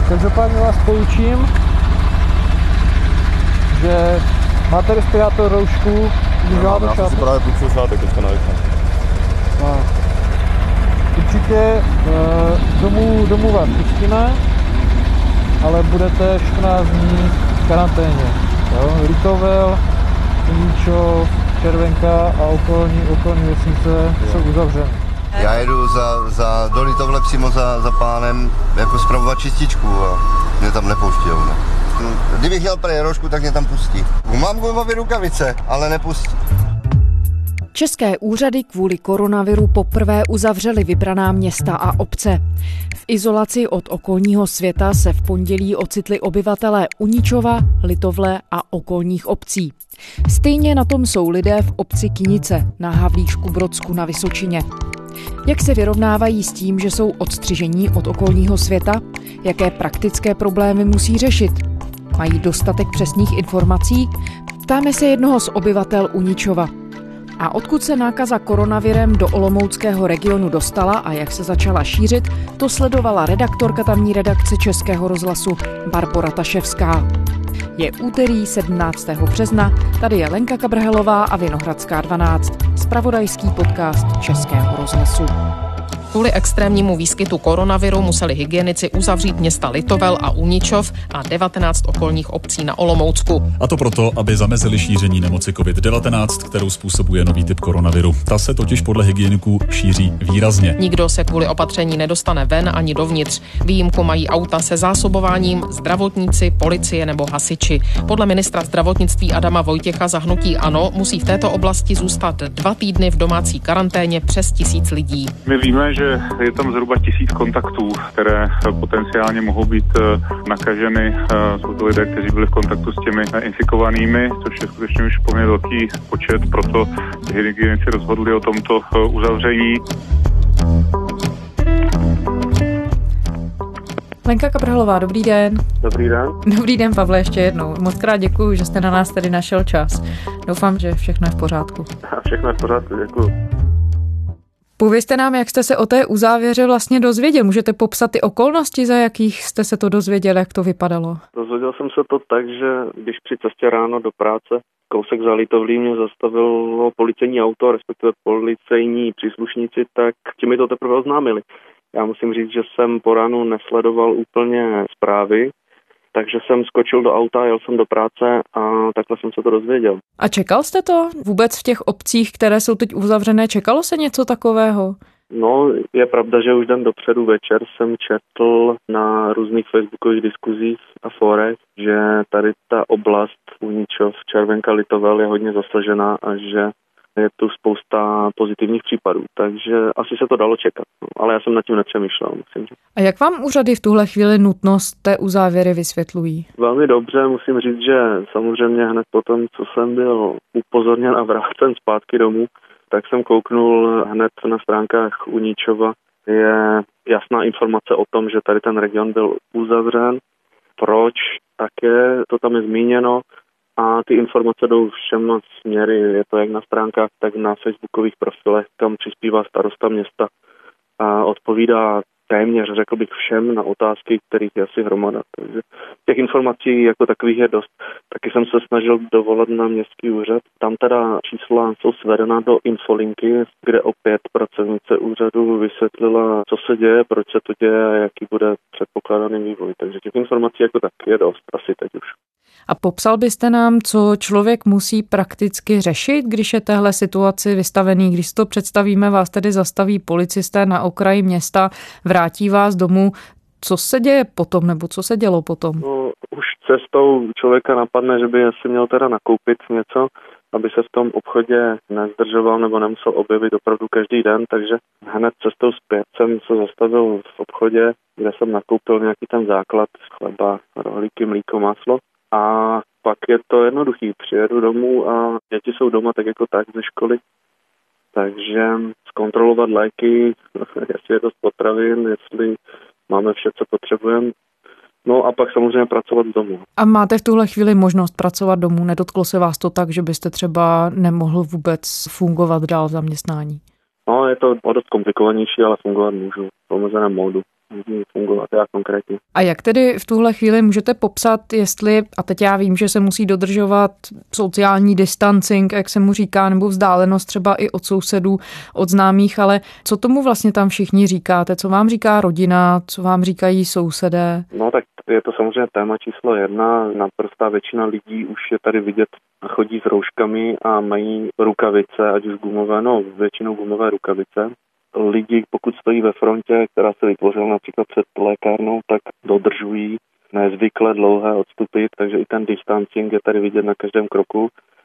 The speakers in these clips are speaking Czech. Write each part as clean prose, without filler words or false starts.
Každopádně vás poučím, že máte respirátor, roušku, když máte šátek. Já si právě půjčil šátek teďka na většině. Určitě domů vás pustíme, ale budete 14 dní v karanténě. Litovel, Uníčov, Červenka a okolní vesnice jsou uzavřeny. Já jedu do Litovle přímo za pánem jako spravovat čističku a mě tam nepouštějou. Ne? Kdybych měl rožku, tak mě tam pustí. Mám gumové rukavice, ale nepustí. České úřady kvůli koronaviru poprvé uzavřely vybraná města a obce. V izolaci od okolního světa se v pondělí ocitli obyvatelé Uničova, Litovle a okolních obcí. Stejně na tom jsou lidé v obci Kynice na Havlíčku Brodsku na Vysočině. Jak se vyrovnávají s tím, že jsou odstřižení od okolního světa? Jaké praktické problémy musí řešit? Mají dostatek přesných informací? Ptáme se jednoho z obyvatel Uničova. A odkud se nákaza koronavirem do olomouckého regionu dostala a jak se začala šířit, to sledovala redaktorka tamní redakce Českého rozhlasu Barbora Taševská. Je úterý 17. března, tady je Lenka Kabrhelová a Vinohradská 12, zpravodajský podcast Českého rozhlasu. Kvůli extrémnímu výskytu koronaviru museli hygienici uzavřít města Litovel a Uničov a 19 okolních obcí na Olomoucku. A to proto, aby zamezili šíření nemoci COVID-19, kterou způsobuje nový typ koronaviru. Ta se totiž podle hygieniků šíří výrazně. Nikdo se kvůli opatření nedostane ven ani dovnitř. Výjimku mají auta se zásobováním, zdravotníci, policie nebo hasiči. Podle ministra zdravotnictví Adama Vojtěcha za hnutí ANO musí v této oblasti zůstat 2 týdny v domácí karanténě přes 1000 lidí. My víme, že je tam zhruba 1000 kontaktů, které potenciálně mohou být nakaženy. Jsou to lidé, kteří byli v kontaktu s těmi infikovanými, což je skutečně už poměrně velký počet, proto hygienici rozhodli o tomto uzavření. Lenka Kabrhelová, dobrý den. Dobrý den. Dobrý den, Pavle, ještě jednou. Moc krát děkuju, že jste na nás tady našel čas. Doufám, že všechno je v pořádku. Všechno je v pořádku, děkuju. Povězte nám, jak jste se o té uzávěře vlastně dozvěděl. Můžete popsat ty okolnosti, za jakých jste se to dozvěděl, jak to vypadalo? Dozvěděl jsem se to tak, že když při cestě ráno do práce kousek za Litovlí mě zastavilo policejní auto, respektive policejní příslušníci, tak ti mi to teprve oznámili. Já musím říct, že jsem po ránu nesledoval úplně zprávy, takže jsem skočil do auta, jel jsem do práce a takhle jsem se to dozvěděl. A čekal jste to? Vůbec v těch obcích, které jsou teď uzavřené, čekalo se něco takového? No, je pravda, že už den dopředu večer jsem četl na různých facebookových diskuzích a fórech, že tady ta oblast Uničov, Červenka, Litovel je hodně zasažená a že je tu spousta pozitivních případů, takže asi se to dalo čekat, ale já jsem nad tím nepřemýšlel, musím říct. A jak vám úřady v tuhle chvíli nutnost té uzávěry vysvětlují? Velmi dobře, musím říct, že samozřejmě hned potom, co jsem byl upozorněn a vrácen zpátky domů, tak jsem kouknul hned na stránkách Uničova. Je jasná informace o tom, že tady ten region byl uzavřen. Proč? Také to tam je zmíněno. A ty informace jdou všem směry, je to jak na stránkách, tak na facebookových profilech, kam přispívá starosta města a odpovídá téměř, řekl bych, všem na otázky, kterých je asi hromada. Takže těch informací jako takových je dost. Taky jsem se snažil dovolat na městský úřad. Tam teda čísla jsou svedena do infolinky, kde opět pracovnice úřadu vysvětlila, co se děje, proč se to děje a jaký bude předpokládaný vývoj. Takže těch informací jako tak je dost, asi teď už. A popsal byste nám, co člověk musí prakticky řešit, když je téhle situaci vystavený, když si to představíme, vás tedy zastaví policisté na okraji města, vrátí vás domů. Co se děje potom, nebo co se dělo potom? No, už cestou člověka napadne, že by asi měl teda nakoupit něco, aby se v tom obchodě nezdržoval nebo nemusel objevit opravdu každý den, takže hned cestou zpět jsem se zastavil v obchodě, kde jsem nakoupil nějaký ten základ chleba, rohlíky, mlíko, máslo. A pak je to jednoduchý, přijedu domů a děti jsou doma tak jako tak ze školy, takže zkontrolovat léky, jestli je dost potravin, jestli máme vše, co potřebujeme. No a pak samozřejmě pracovat z domu. A máte v tuhle chvíli možnost pracovat domů? Nedotklo se vás to tak, že byste třeba nemohl vůbec fungovat dál v zaměstnání? No, je to o dost komplikovanější, ale fungovat můžu v omezeném módu. z ní fungovat já konkrétně. A jak tedy v tuhle chvíli můžete popsat, jestli, a teď já vím, že se musí dodržovat sociální distancing, jak se mu říká, nebo vzdálenost třeba i od sousedů, od známých, ale co tomu vlastně tam všichni říkáte? Co vám říká rodina, co vám říkají sousedé? No tak je to samozřejmě téma číslo 1. Naprostá většina lidí už je tady vidět, chodí s rouškami a mají rukavice, ať už gumové, většinou gumové rukavice. Lidi, pokud stojí ve frontě, která se vytvořila například před lékárnou, tak dodržují nezvykle dlouhé odstupy, takže i ten distancing je tady vidět na každém kroku.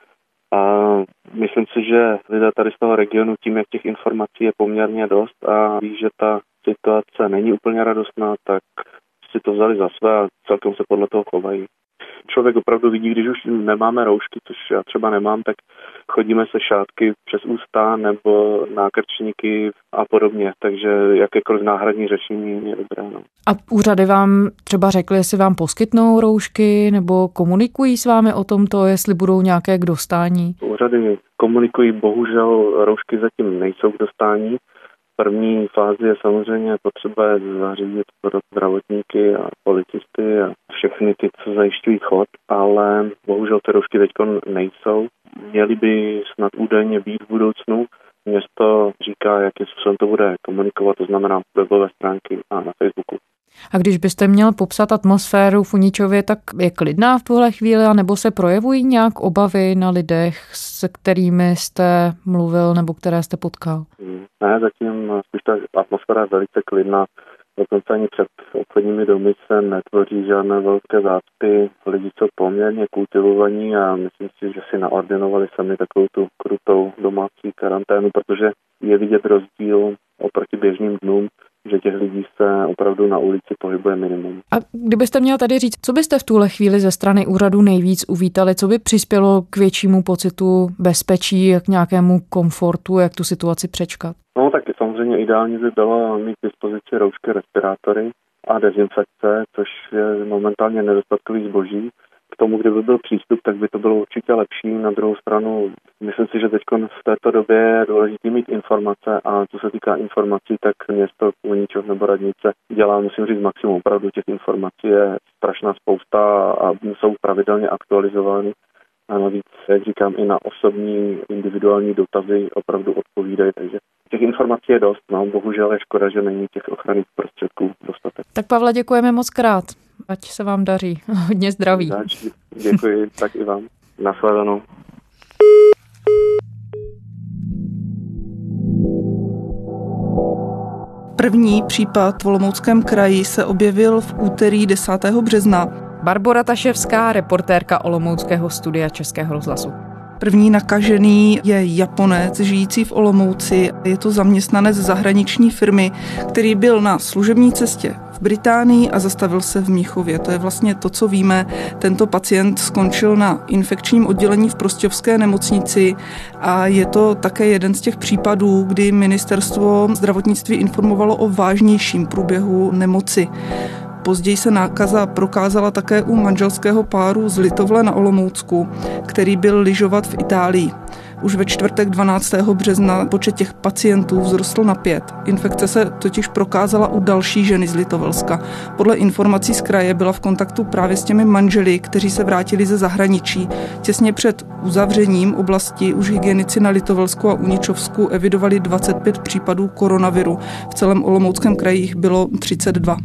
A myslím si, že lidé tady z toho regionu, tím, jak těch informací je poměrně dost a ví, že ta situace není úplně radostná, tak si to vzali za své a celkem se podle toho chovají. Člověk opravdu vidí, když už nemáme roušky, což já třeba nemám, tak chodíme se šátky přes ústa nebo nákrčníky a podobně, takže jakékoliv náhradní řešení je dobré. No. A úřady vám třeba řekly, jestli vám poskytnou roušky nebo komunikují s vámi o tomto, jestli budou nějaké k dostání? Úřady komunikují, bohužel roušky zatím nejsou k dostání. V první fázi je samozřejmě potřeba zařídit pro zdravotníky a policisty a všechny ty, co zajišťují chod, ale bohužel ty roušky teď nejsou. Měly by snad údajně být v budoucnu. Město říká, jakým způsobem to bude komunikovat, to znamená webové stránky a na Facebooku. A když byste měl popsat atmosféru v Uničově, tak je klidná v tuhle chvíli, anebo se projevují nějak obavy na lidech, se kterými jste mluvil nebo které jste potkal? Ne, zatím spíš ta atmosféra je velice klidná. Dokonce ani před obchodními domy se netvoří žádné velké zácpy. Lidi jsou poměrně kultivovaní a myslím si, že si naordinovali sami takovou tu krutou domácí karanténu, protože je vidět rozdíl oproti běžným dnům, že těch lidí se opravdu na ulici pohybuje minimum. A kdybyste měl tady říct, co byste v tuhle chvíli ze strany úřadu nejvíc uvítali, co by přispělo k většímu pocitu bezpečí, k nějakému komfortu, jak tu situaci přečkat? No tak samozřejmě ideálně by bylo mít k dispozici roušky, respirátory a dezinfekce, což je momentálně nedostatkový zboží. K tomu, kdyby byl přístup, tak by to bylo určitě lepší. Na druhou stranu, myslím si, že teď v této době je důležité mít informace a co se týká informací, tak město Uničov nebo radnice dělá, musím říct, maximum. Opravdu těch informací je strašná spousta a jsou pravidelně aktualizovány. A navíc, jak říkám, i na osobní individuální dotazy opravdu odpovídají, takže těch informací je dost, bohužel je škoda, že není těch ochranných prostředků dostatek. Tak Pavle, děkujeme moc krát. Ať se vám daří. Hodně zdraví. Děkuji, tak i vám. Nashledanou. První případ v Olomouckém kraji se objevil v úterý 10. března. Barbora Taševská, reportérka Olomouckého studia Českého rozhlasu. První nakažený je Japonec žijící v Olomouci. Je to zaměstnanec zahraniční firmy, který byl na služební cestě v Británii a zastavil se v Mnichově. To je vlastně to, co víme. Tento pacient skončil na infekčním oddělení v Prostějovské nemocnici a je to také jeden z těch případů, kdy ministerstvo zdravotnictví informovalo o vážnějším průběhu nemoci. Později se nákaza prokázala také u manželského páru z Litovle na Olomoucku, který byl lyžovat v Itálii. Už ve čtvrtek 12. března počet těch pacientů vzrostl na 5. Infekce se totiž prokázala u další ženy z Litovelska. Podle informací z kraje byla v kontaktu právě s těmi manželi, kteří se vrátili ze zahraničí. Těsně před uzavřením oblasti už hygienici na Litovelsku a Uničovsku evidovali 25 případů koronaviru. V celém Olomouckém kraji jich bylo 32.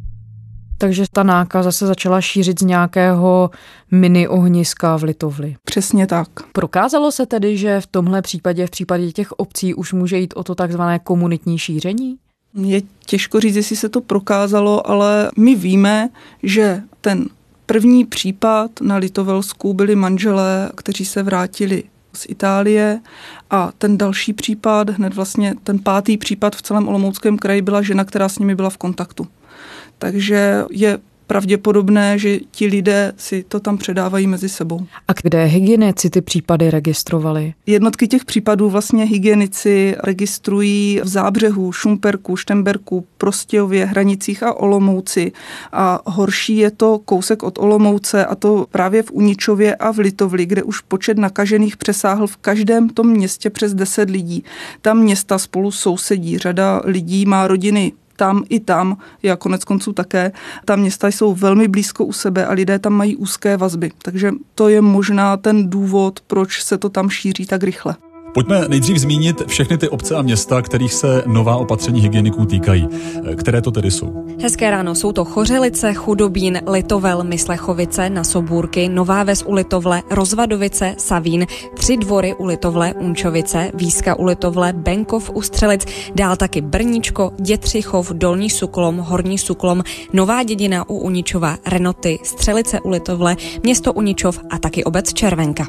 Takže ta nákaza se začala šířit z nějakého mini ohniska v Litovli. Přesně tak. Prokázalo se tedy, že v tomhle případě, v případě těch obcí, už může jít o to takzvané komunitní šíření? Je těžko říct, jestli se to prokázalo, ale my víme, že ten první případ na Litovelsku byli manželé, kteří se vrátili z Itálie a ten další případ, hned vlastně ten 5. případ v celém Olomouckém kraji byla žena, která s nimi byla v kontaktu. Takže je pravděpodobné, že ti lidé si to tam předávají mezi sebou. A kde hygienici ty případy registrovali? Jednotky těch případů vlastně hygienici registrují v Zábřehu, Šumperku, Štemberku, Prostějově, Hranicích a Olomouci. A horší je to kousek od Olomouce, a to právě v Uničově a v Litovli, kde už počet nakažených přesáhl v každém tom městě přes 10 lidí. Tam města spolu sousedí, řada lidí má rodiny tam i tam, já konec konců také, ta města jsou velmi blízko u sebe a lidé tam mají úzké vazby. Takže to je možná ten důvod, proč se to tam šíří tak rychle. Pojďme nejdřív zmínit všechny ty obce a města, kterých se nová opatření hygieniků týkají. Které to tedy jsou? Hezké ráno, jsou to Chořelice, Chudobín, Litovel, Myslechovice, Nasobůrky, Nová Ves u Litovle, Rozvadovice, Savín, Tři Dvory u Litovle, Unčovice, Výska u Litovle, Benkov u Střelic, dál taky Brničko, Dětřichov, Dolní Suklom, Horní Suklom, Nová Dědina u Uničova, Renoty, Střelice u Litovle, město Uničov a taky obec Červenka.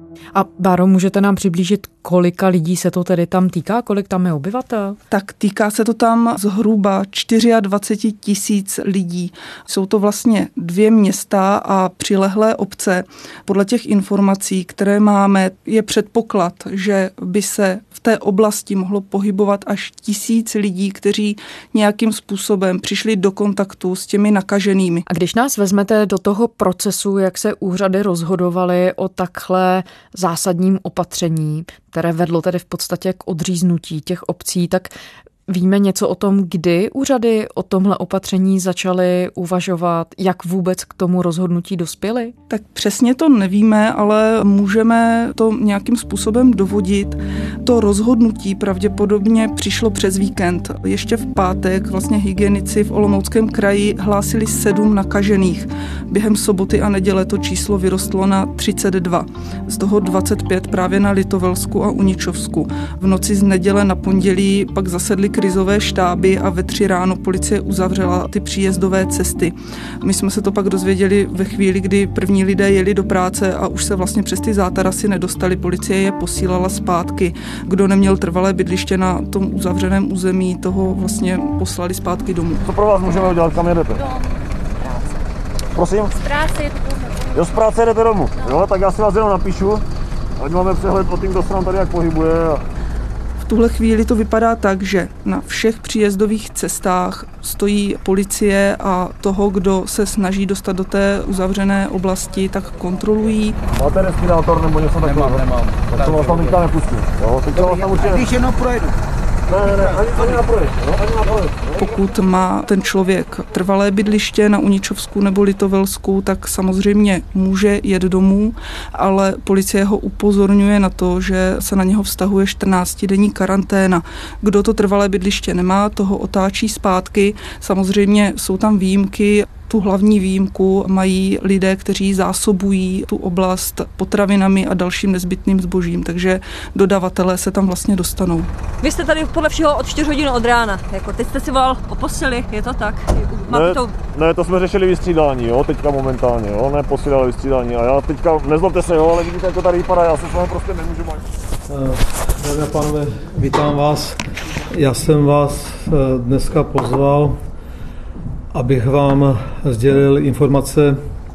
A Báro, můžete nám přiblížit, kolika lidí se to tedy tam týká? Kolik tam je obyvatel? Tak týká se to tam zhruba 24 000 lidí. Jsou to vlastně 2 města a přilehlé obce. Podle těch informací, které máme, je předpoklad, že by se v té oblasti mohlo pohybovat až 1000 lidí, kteří nějakým způsobem přišli do kontaktu s těmi nakaženými. A když nás vezmete do toho procesu, jak se úřady rozhodovaly o takhle zásadním opatření, které vedlo tedy v podstatě k odříznutí těch obcí, tak víme něco o tom, kdy úřady o tomhle opatření začaly uvažovat, jak vůbec k tomu rozhodnutí dospěly? Tak přesně to nevíme, ale můžeme to nějakým způsobem dovodit. To rozhodnutí pravděpodobně přišlo přes víkend. Ještě v pátek vlastně hygienici v Olomouckém kraji hlásili 7 nakažených. Během soboty a neděle to číslo vyrostlo na 32. Z toho 25 právě na Litovelsku a Uničovsku. V noci z neděle na pondělí pak zasedli krizové štáby a ve 3 ráno policie uzavřela ty příjezdové cesty. My jsme se to pak dozvěděli ve chvíli, kdy první lidé jeli do práce a už se vlastně přes ty zátarasy nedostali. Policie je posílala zpátky. Kdo neměl trvalé bydliště na tom uzavřeném území, toho vlastně poslali zpátky domů. Co pro vás můžeme udělat, kam jedete? Prosím? Z práce jedete domů. Jo, z práce jedete domů. Jo, tak já si vás jenom napíšu, ať máme přehled o tím, kdo se nám tady jak pohybuje. V tuhle chvíli to vypadá tak, že na všech příjezdových cestách stojí policie a toho, kdo se snaží dostat do té uzavřené oblasti, tak kontrolují. Máte respirátor nebo něco takového? Nemám. Tak to vás tam teďka nepustím. Jo, teď vás tam určitě... Když jenom projedu. Ne, ani na projekt. Pokud má ten člověk trvalé bydliště na Uničovsku nebo Litovelsku, tak samozřejmě může jet domů, ale policie ho upozorňuje na to, že se na něho vztahuje 14denní karanténa. Kdo to trvalé bydliště nemá, toho otáčí zpátky. Samozřejmě jsou tam výjimky. Tu hlavní výjimku mají lidé, kteří zásobují tu oblast potravinami a dalším nezbytným zbožím, takže dodavatelé se tam vlastně dostanou. Vy jste tady podle všeho od 4 hodin od rána. Jako teď jste si volal o posteli, je to tak? Ne, to jsme řešili vystřídání, jo, teďka momentálně, jo, ne posílali vystřídání a já teďka, nezlobte se, jo, ale vidíte, jak to tady vypadá, já se s vámi prostě nemůžu mít. Dámy a pánové, vítám vás. Já jsem vás dneska pozval, abych vám sdělil informace,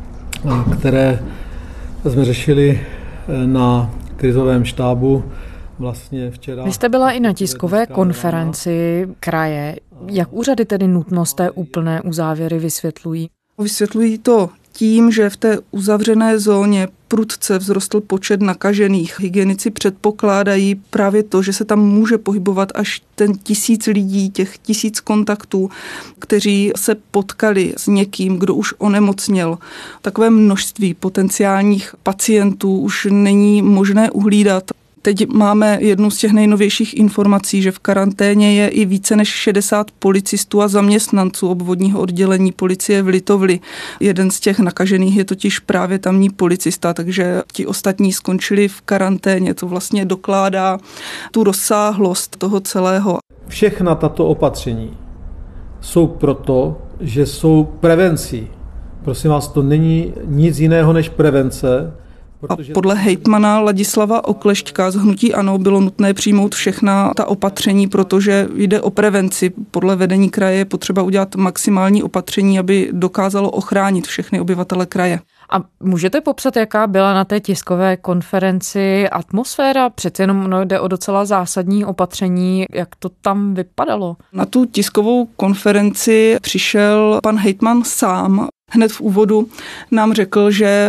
které jsme řešili na krizovém štábu vlastně včera. Vy jste byla i na tiskové konferenci kraje. Jak úřady tedy nutnost té úplné uzávěry vysvětlují? Vysvětlují to tím, že v té uzavřené zóně prudce vzrostl počet nakažených. Hygienici předpokládají právě to, že se tam může pohybovat až ten 1000 lidí, těch 1000 kontaktů, kteří se potkali s někým, kdo už onemocněl. Takové množství potenciálních pacientů už není možné uhlídat. Teď máme jednu z těch nejnovějších informací, že v karanténě je i více než 60 policistů a zaměstnanců obvodního oddělení policie v Litovli. Jeden z těch nakažených je totiž právě tamní policista, takže ti ostatní skončili v karanténě. To vlastně dokládá tu rozsáhlost toho celého. Všechna tato opatření jsou proto, že jsou prevencí. Prosím vás, to není nic jiného než prevence. A podle hejtmana Ladislava Oklešťka z hnutí ANO bylo nutné přijmout všechna ta opatření, protože jde o prevenci. Podle vedení kraje je potřeba udělat maximální opatření, aby dokázalo ochránit všechny obyvatele kraje. A můžete popsat, jaká byla na té tiskové konferenci atmosféra? Přece jenom jde o docela zásadní opatření. Jak to tam vypadalo? Na tu tiskovou konferenci přišel pan hejtman sám. Hned v úvodu nám řekl, že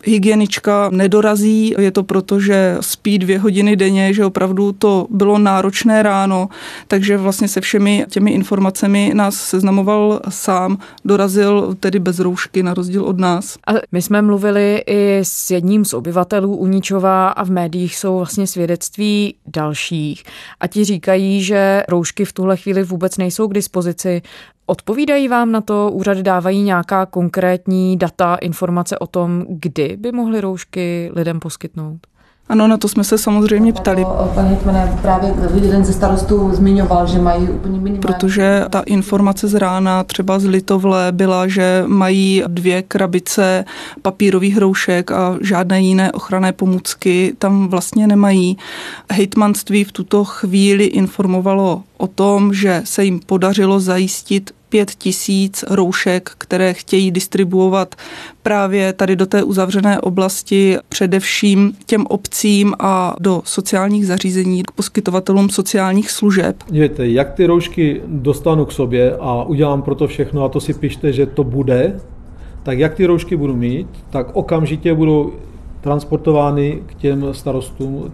hygienička nedorazí, je to proto, že spí 2 hodiny denně, že opravdu to bylo náročné ráno, takže vlastně se všemi těmi informacemi nás seznamoval sám, dorazil tedy bez roušky na rozdíl od nás. A my jsme mluvili i s jedním z obyvatelů Uničova a v médiích jsou vlastně svědectví dalších a ti říkají, že roušky v tuhle chvíli vůbec nejsou k dispozici. Odpovídají vám na to? Úřady dávají nějaká konkrétní data, informace o tom, kdy by mohly roušky lidem poskytnout? Ano, na to jsme se samozřejmě ptali. Pan hejtmane, právě jeden ze starostů zmiňoval, že mají úplně minimální... Protože ta informace z rána třeba z Litovle byla, že mají 2 krabice papírových roušek a žádné jiné ochranné pomůcky tam vlastně nemají. Hejtmanství v tuto chvíli informovalo o tom, že se jim podařilo zajistit 5 000 roušek, které chtějí distribuovat právě tady do té uzavřené oblasti, především těm obcím a do sociálních zařízení, k poskytovatelům sociálních služeb. Dívejte, jak ty roušky dostanu k sobě a udělám pro to všechno a to si pište, že to bude, tak jak ty roušky budu mít, tak okamžitě budou transportovány k těm starostům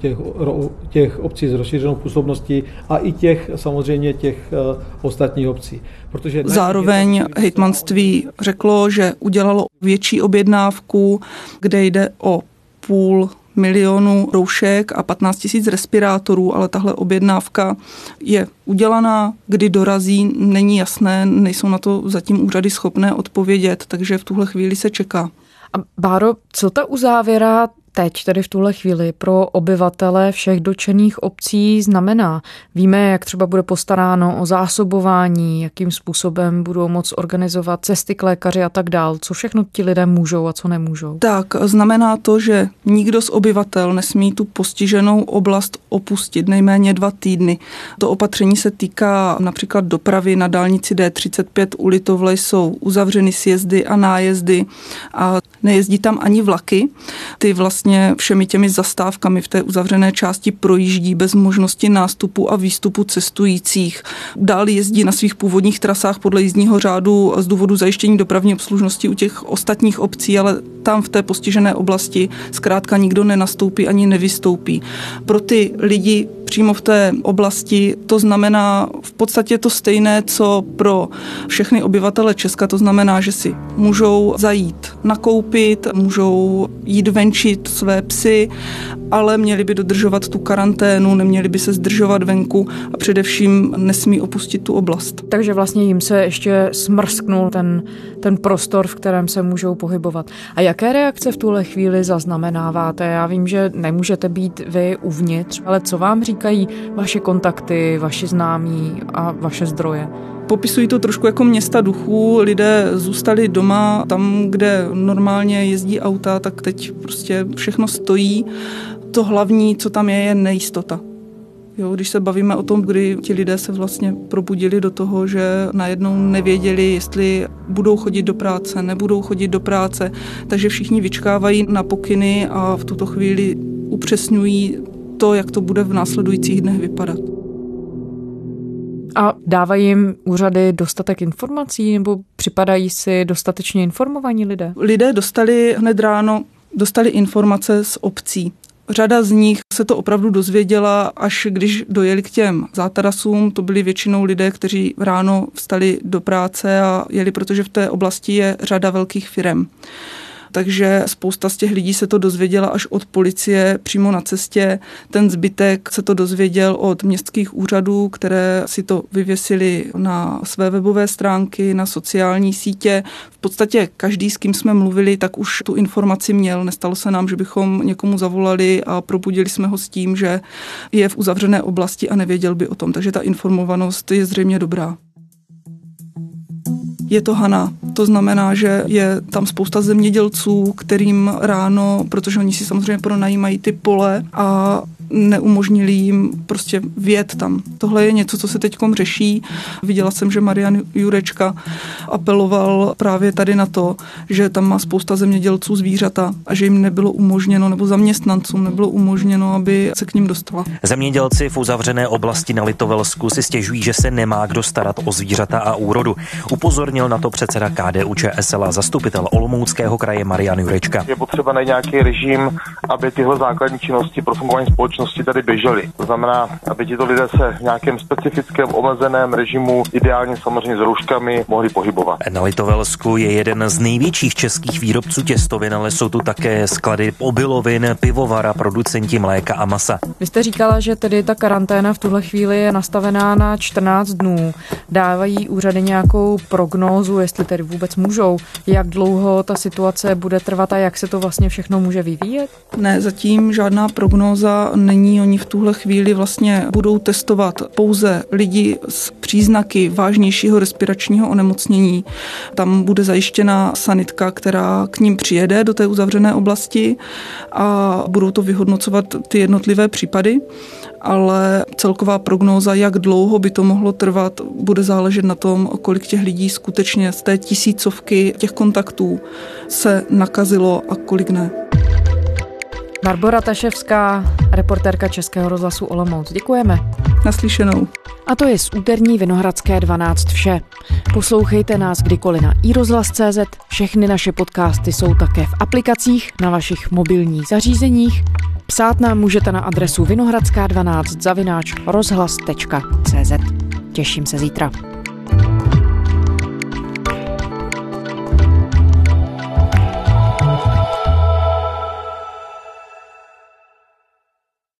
těch obcí s rozšířenou působností a i samozřejmě těch ostatních obcí. Protože zároveň hejtmanství řeklo, že udělalo větší objednávku, kde jde o 500 000 roušek a 15 000 respirátorů, ale tahle objednávka je udělaná, kdy dorazí, není jasné, nejsou na to zatím úřady schopné odpovědět, takže v tuhle chvíli se čeká. A Báro, co ta uzávěra teď, tedy v tuhle chvíli, pro obyvatele všech dotčených obcí znamená? Víme, jak třeba bude postaráno o zásobování, jakým způsobem budou moct organizovat cesty k lékaři a tak dál. Co všechno ti lidé můžou a co nemůžou? Tak, znamená to, že nikdo z obyvatel nesmí tu postiženou oblast opustit nejméně 2 týdny. To opatření se týká například dopravy. Na dálnici D35 u Litovle jsou uzavřeny sjezdy a nájezdy a nejezdí tam ani vlaky. Ty vlastně všemi těmi zastávkami v té uzavřené části projíždí bez možnosti nástupu a výstupu cestujících. Dál jezdí na svých původních trasách podle jízdního řádu z důvodu zajištění dopravní obslužnosti u těch ostatních obcí, ale tam v té postižené oblasti zkrátka nikdo nenastoupí ani nevystoupí. Pro ty lidi přímo v té oblasti to znamená v podstatě to stejné, co pro všechny obyvatele Česka, to znamená, že si můžou zajít nakoupit, můžou jít venčit své psy, ale měli by dodržovat tu karanténu, neměli by se zdržovat venku a především nesmí opustit tu oblast. Takže vlastně jim se ještě smrsknul ten prostor, v kterém se můžou pohybovat. A jaké reakce v tuhle chvíli zaznamenáváte? Já vím, že nemůžete být vy uvnitř, ale co vám říkají vaše kontakty, vaši známí a vaše zdroje? Popisují to trošku jako města duchů, lidé zůstali doma, tam, kde normálně jezdí auta, tak teď prostě všechno stojí. To hlavní, co tam je nejistota. Jo, když se bavíme o tom, kdy ti lidé se vlastně probudili do toho, že najednou nevěděli, jestli budou chodit do práce, nebudou chodit do práce, takže všichni vyčkávají na pokyny a v tuto chvíli upřesňují to, jak to bude v následujících dnech vypadat. A dávají jim úřady dostatek informací nebo připadají si dostatečně informovaní lidé? Lidé dostali hned ráno informace z obcí. Řada z nich se to opravdu dozvěděla, až když dojeli k těm zátarasům. To byli většinou lidé, kteří ráno vstali do práce a jeli, protože v té oblasti je řada velkých firem. Takže spousta z těch lidí se to dozvěděla až od policie přímo na cestě. Ten zbytek se to dozvěděl od městských úřadů, které si to vyvěsili na své webové stránky, na sociální sítě. V podstatě každý, s kým jsme mluvili, tak už tu informaci měl. Nestalo se nám, že bychom někomu zavolali a probudili jsme ho s tím, že je v uzavřené oblasti a nevěděl by o tom. Takže ta informovanost je zřejmě dobrá. Je to hana. To znamená, že je tam spousta zemědělců, kterým ráno, protože oni si samozřejmě pronajímají ty pole a neumožnili jim prostě vjet tam. Tohle je něco, co se teďkom řeší. Viděla jsem, že Marian Jurečka apeloval právě tady na to, že tam má spousta zemědělců zvířata a že jim nebylo umožněno, nebo zaměstnancům nebylo umožněno, aby se k ním dostala. Zemědělci v uzavřené oblasti na Litovelsku si stěžují, že se nemá kdo starat o zvířata a úrodu. Upozornil na to předseda KDU-ČSL a zastupitel Olomouckého kraje Marian Jurečka. Je potřeba najít nějaký režim, aby tyhle základní činnosti pro fungování společnosti tady běžely. To znamená, aby tito lidé se v nějakém specifickém omezeném režimu, ideálně samozřejmě s rouškami, mohli pohybovat. Na Litovelsku je jeden z největších českých výrobců těstovin, ale jsou tu také sklady obilovin, pivovar a producenti mléka a masa. Vy jste říkala, že tedy ta karanténa v tuhle chvíli je nastavená na 14 dnů. Dávají úřady nějakou prognózu, jestli tedy vůbec můžou, jak dlouho ta situace bude trvat a jak se to vlastně všechno může vyvíjet? Ne, zatím žádná prognóza není. Oni v tuhle chvíli vlastně budou testovat pouze lidi s příznaky vážnějšího respiračního onemocnění. Tam bude zajištěna sanitka, která k ním přijede do té uzavřené oblasti a budou to vyhodnocovat ty jednotlivé případy, ale celková prognóza, jak dlouho by to mohlo trvat, bude záležet na tom, kolik těch lidí skutečně z té tisícovky těch kontaktů se nakazilo a kolik ne. Barbora Taševská, reportérka Českého rozhlasu Olomouc. Děkujeme. Naslyšenou. A to je z úterní Vinohradské 12 vše. Poslouchejte nás kdykoliv na iRozhlas.cz. Všechny naše podcasty jsou také v aplikacích na vašich mobilních zařízeních. Psát nám můžete na adresu vinohradská12@rozhlas.cz. Těším se zítra.